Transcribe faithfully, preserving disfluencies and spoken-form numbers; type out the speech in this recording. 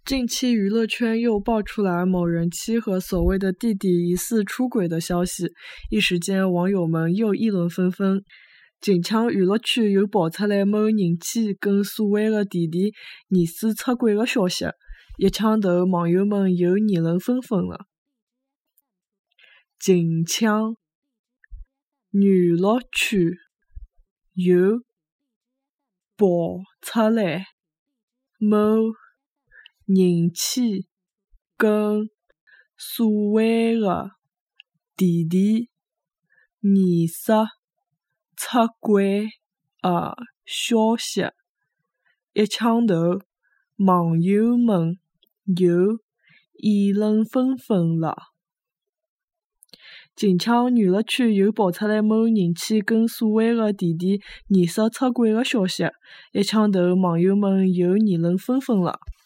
近期娱乐圈又爆出来某人妻和所谓的弟弟疑似出轨的消息，一时间网友们又议论纷纷。近腔娱乐圈又爆出来某人妻跟所谓的弟弟疑似出轨的消息，一腔头网友们又议论纷纷了。近腔娱乐圈又爆出来某人妻跟所谓的弟弟疑似出轨的消息，一腔头网友们又议论纷纷了。近腔娱乐圈又爆出来某人妻跟所谓的弟弟疑似出轨的消息，一腔头网友们又议论纷纷了。